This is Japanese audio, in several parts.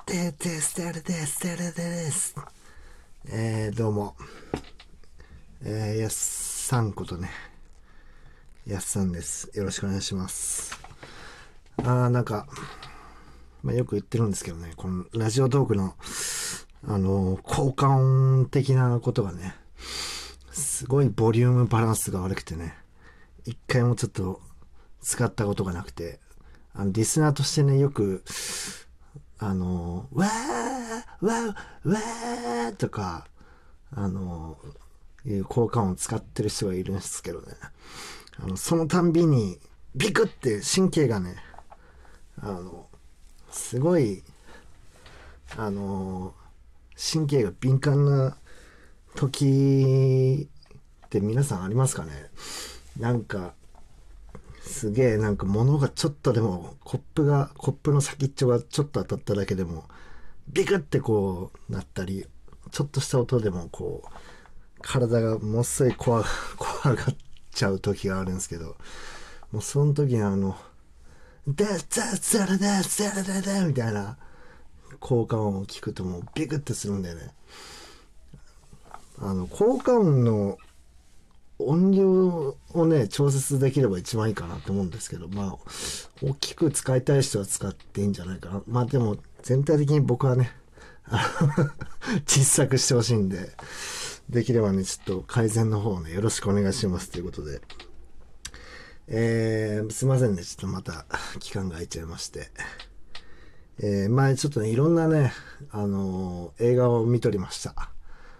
です。どうも。やっさんことね。やっさんです。よろしくお願いします。なんか、よく言ってるんですけどね、このラジオトークの、効果音的なことがね、すごいボリュームバランスが悪くてね、一回もちょっと使ったことがなくて、リスナーとしてね、よく、わー、わーとか、いう効果音を使ってる人がいるんですけどね。そのたんびに、ビクって神経がね、すごい、神経が敏感な時って皆さんありますかね。なんか、すげえなんか物がちょっとでも、コップの先っちょがちょっと当たっただけでも、ビクってこうなったり、ちょっとした音でもこう、体がものすごい怖がっちゃう時があるんですけど、もうその時にダッザッザラダッザラダダみたいな効果音を聞くともうビクッてするんだよね。効果音の音量をね、調節できれば一番いいかなと思うんですけど、大きく使いたい人は使っていいんじゃないかな。でも、全体的に僕はね、小さくしてほしいんで、できればね、ちょっと改善の方をね、よろしくお願いしますということで。すいませんね、ちょっとまた期間が空いちゃいまして。前ちょっとね、いろんなね、映画を見とりました。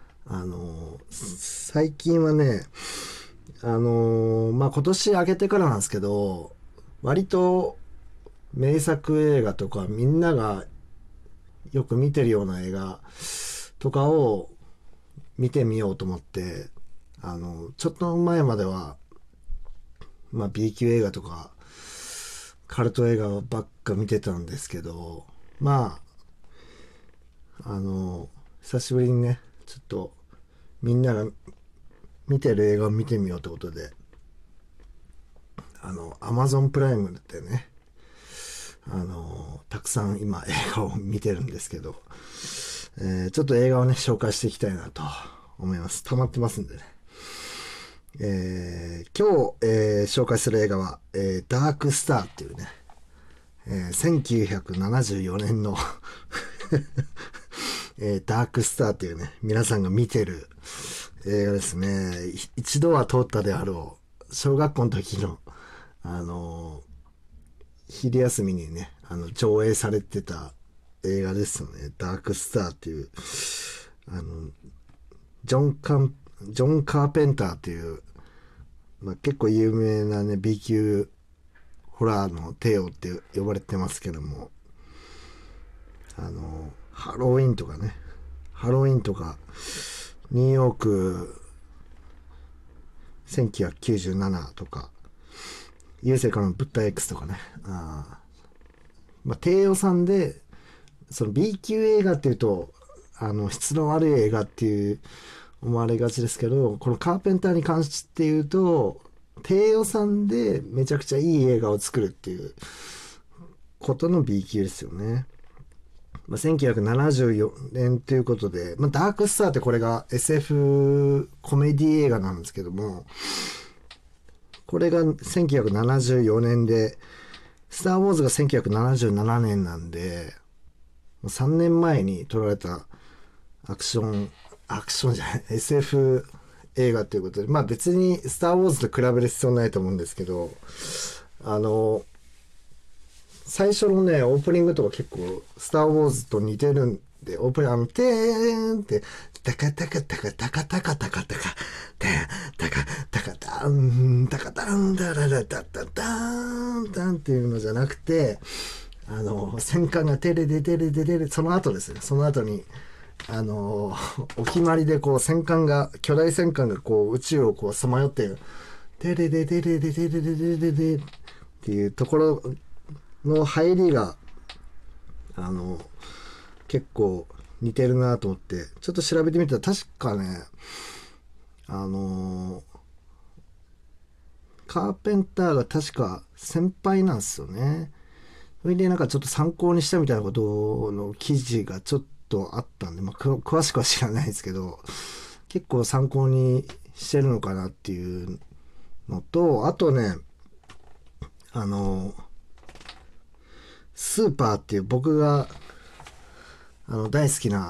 最近はね、今年明けてからなんですけど、割と名作映画とかみんながよく見てるような映画とかを見てみようと思って、ちょっと前までは、B 級映画とかカルト映画ばっか見てたんですけど、久しぶりにね、ちょっとみんなが見てる映画を見てみようってことで、Amazon プライムってね、たくさん今映画を見てるんですけど、ちょっと映画をね、紹介していきたいなと思います。溜まってますんでね。今日、紹介する映画は、ダークスターっていうね、1974年のダークスターっていうね、皆さんが見てる映画ですね。一度は通ったであろう、小学校の時の、昼休みにね、上映されてた映画ですよね。ダークスターっていう、あの、ジョン・カーペンターっていう、結構有名なね、B 級ホラーの帝王って呼ばれてますけども、ハロウィンとかね、ニューヨーク1997とか、優勢からの物体 X とかね、帝王さんで、その B 級映画っていうと、質の悪い映画っていう思われがちですけど、このカーペンターに関して言うと、低予算でめちゃくちゃいい映画を作るっていうことの B 級ですよね。1974年ということで、ダークスターってこれが SF コメディ映画なんですけども、これが1974年で、スター・ウォーズが1977年なんで、3年前に撮られたアクションじゃない、SF 映画ということで、別にスター・ウォーズと比べる必要ないと思うんですけど、最初のね、オープニングとか結構、スター・ウォーズと似てるんで、オープニング、てーんって、タカタカタカタカタカタカタカ、タカタカタン、タカタン、ダララタタターン、タンっていうのじゃなくて、戦艦がテレデテレデテレ、その後ですね、その後に、お決まりでこう巨大戦艦がこう宇宙をこうさまよってる、テレデテレデテレデテレデっていうところの入りが、結構似てるなと思って、ちょっと調べてみたら確かね、カーペンターが確か先輩なんですよね。 それでなんかちょっと参考にしたみたいなことの記事がちょっとあったんで、詳しくは知らないですけど、結構参考にしてるのかなっていうのと、あとね、スーパーっていう僕が大好きな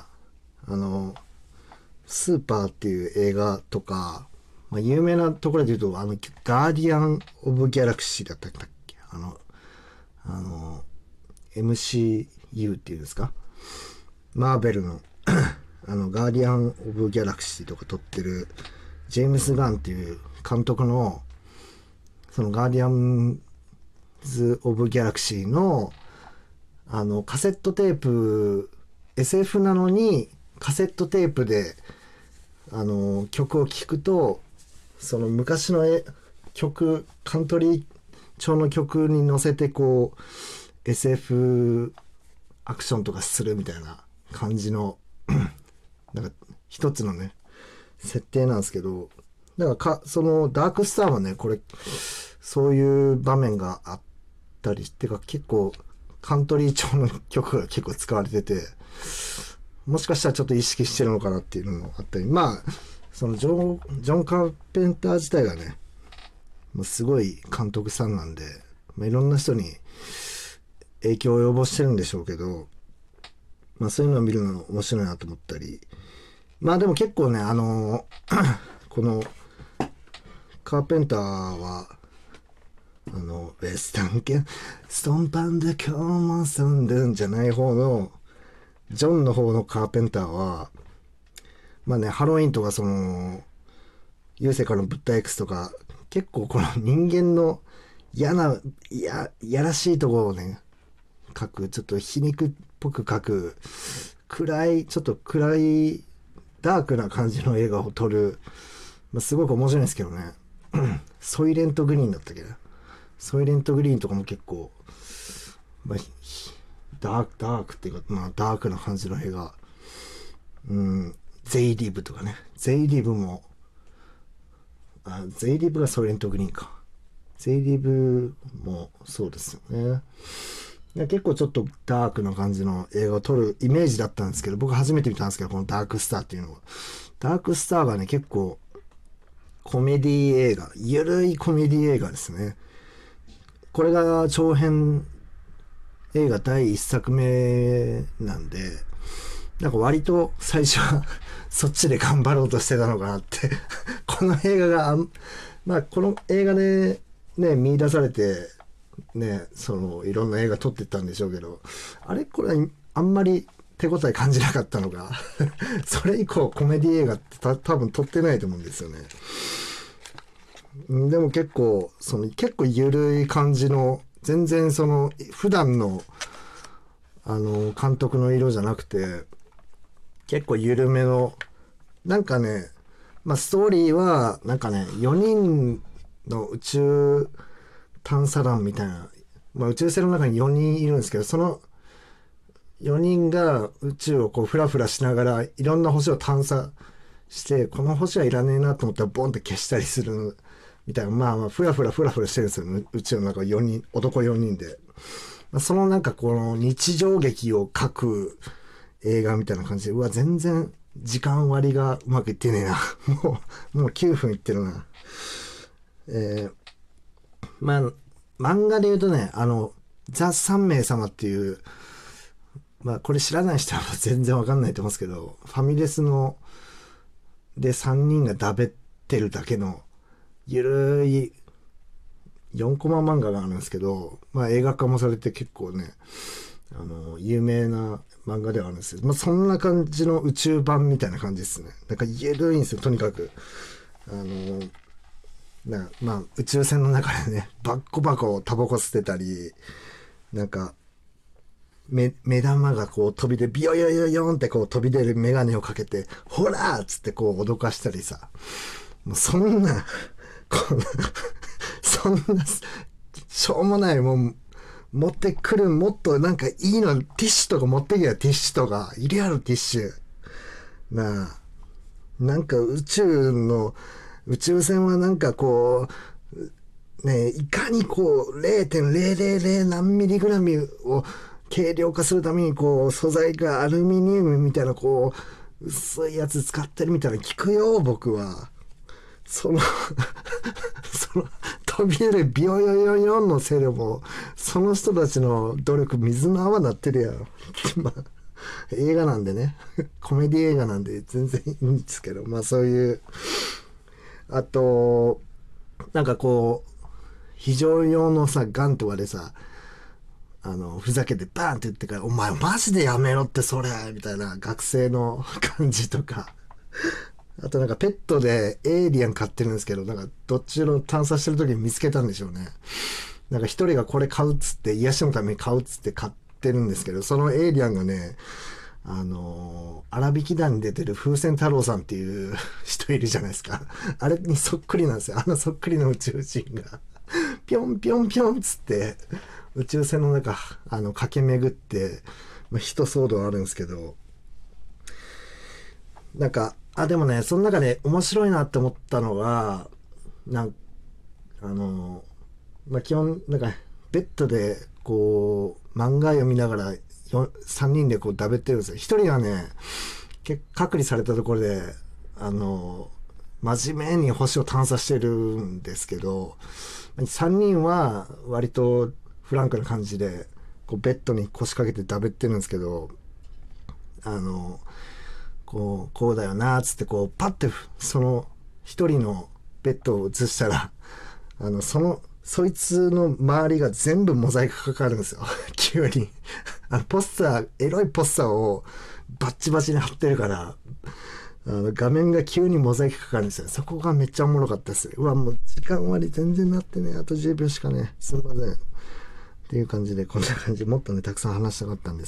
スーパーっていう映画とか、有名なところで言うとガーディアン・オブ・ギャラクシーだったっけ、MCU っていうんですか、マーベルのガーディアン・オブ・ギャラクシーとか撮ってるジェームス・ガンっていう監督のそのガーディアンズ・オブ・ギャラクシーのカセットテープ SF なのにカセットテープで曲を聴くとその昔の曲カントリー調の曲に乗せてこう SF アクションとかするみたいな感じのなんか一つのね設定なんですけど、だからそのダークスターもねこれそういう場面があったりってか結構カントリー調の曲が結構使われてて、もしかしたらちょっと意識してるのかなっていうのもあったり、そのジョン・カーペンター自体がねもうすごい監督さんなんで、いろんな人に影響を及ぼしてるんでしょうけど、そういうのを見るの面白いなと思ったり、でも結構ねこのカーペンターはウェスタン系ストンパンで今日も住んでんじゃない方のジョンの方のカーペンターはハロウィンとかその優勢からの物体 X とか結構この人間のやらしいところをね描く、ちょっと皮肉っぽく描くちょっと暗いダークな感じの映画を撮る、すごく面白いんですけどねソイレントグリーンだったっけな、ソイレントグリーンとかも結構、ダークっていうか、ダークな感じの映画、ゼイリブとかね、ゼイリブがソイレントグリーンか、ゼイリブもそうですよね。結構ちょっとダークな感じの映画を撮るイメージだったんですけど、僕初めて見たんですけど、このダークスターっていうのは、ダークスターがね結構コメディ映画、ゆるいコメディ映画ですね。これが長編映画第1作目なんで、なんか割と最初はそっちで頑張ろうとしてたのかなってこの映画がこの映画でね見出されてね、そのいろんな映画撮ってったんでしょうけど、これあんまり手応え感じなかったのがそれ以降コメディ映画って多分撮ってないと思うんですよね。でも結構ゆるい感じの、全然その普段の監督の色じゃなくて結構緩めの、なんかねストーリーはなんかね4人の宇宙探査団みたいな、宇宙船の中に4人いるんですけど、その4人が宇宙をこうフラフラしながらいろんな星を探査して、この星はいらねえなと思ったらボンって消したりするみたいな、フラフラしてるんですよね、宇宙の中4人、男4人で。そのなんかこの日常劇を描く映画みたいな感じで、全然時間割がうまくいってねえなもう9分いってるな。漫画で言うとね、ザ・3名様っていう、これ知らない人は全然わかんないと思うんですけど、ファミレスで3人がだべってるだけのゆるい4コマ漫画があるんですけど、映画化もされて結構ね有名な漫画ではあるんですけど、そんな感じの宇宙版みたいな感じですね。なんかゆるいんですよ、とにかく。宇宙船の中でねバッコバコタバコ吸ってたり、なんか目玉がこう飛び出ビヨヨヨヨンってこう飛び出るメガネをかけてほらーっつってこう脅かしたりさ、もうそんなしょうもない、もう持ってくる、もっとなんかいいのティッシュとか持ってきた、ティッシュとか入れあるティッシュなんか宇宙船はなんかこうね、いかにこう、0.000 何ミリグラムを軽量化するために、こう、素材がアルミニウムみたいな、こう、薄いやつ使ってるみたいなの聞くよ、僕は。そのその、飛び出るビヨヨヨヨンのせいでも、その人たちの努力、水の泡なってるやん。まあ、映画なんでね。コメディ映画なんで全然いいんですけど、まあそういう、あと、なんかこう、非常用のさ、ガンとかでさ、ふざけてバーンって言ってから、お前マジでやめろってそれみたいな学生の感じとか。あとなんかペットでエイリアン飼ってるんですけど、なんかどっちの探査してる時に見つけたんでしょうね。なんか一人がこれ買うっつって、癒しのために買うっつって買ってるんですけど、そのエイリアンがね、荒引き団に出てる風船太郎さんっていう人いるじゃないですか。あれにそっくりなんですよ。そっくりの宇宙人が。ぴょんぴょんぴょんっつって、宇宙船の中、駆け巡って、まあ、一騒動あるんですけど、なんか、でもね、その中で面白いなって思ったのは、まあ、基本、なんか、ベッドで、こう、漫画読みながら、3人でこう、だべってるんですよ。1人はね、隔離されたところで、真面目に星を探査してるんですけど、3人は割とフランクな感じで、こうベッドに腰掛けてだべってるんですけど、こうだよなーっつってこう、パッてその一人のベッドを映したら、そいつの周りが全部モザイクかかるんですよ。急に。ポスター、エロいポスターをバッチバチに貼ってるから、画面が急にモザイクかかるんですよ。そこがめっちゃおもろかったです。うわ、もう時間割全然なってね、あと10秒しかね、すいません。っていう感じで、こんな感じ、もっとね、たくさん話したかったんです。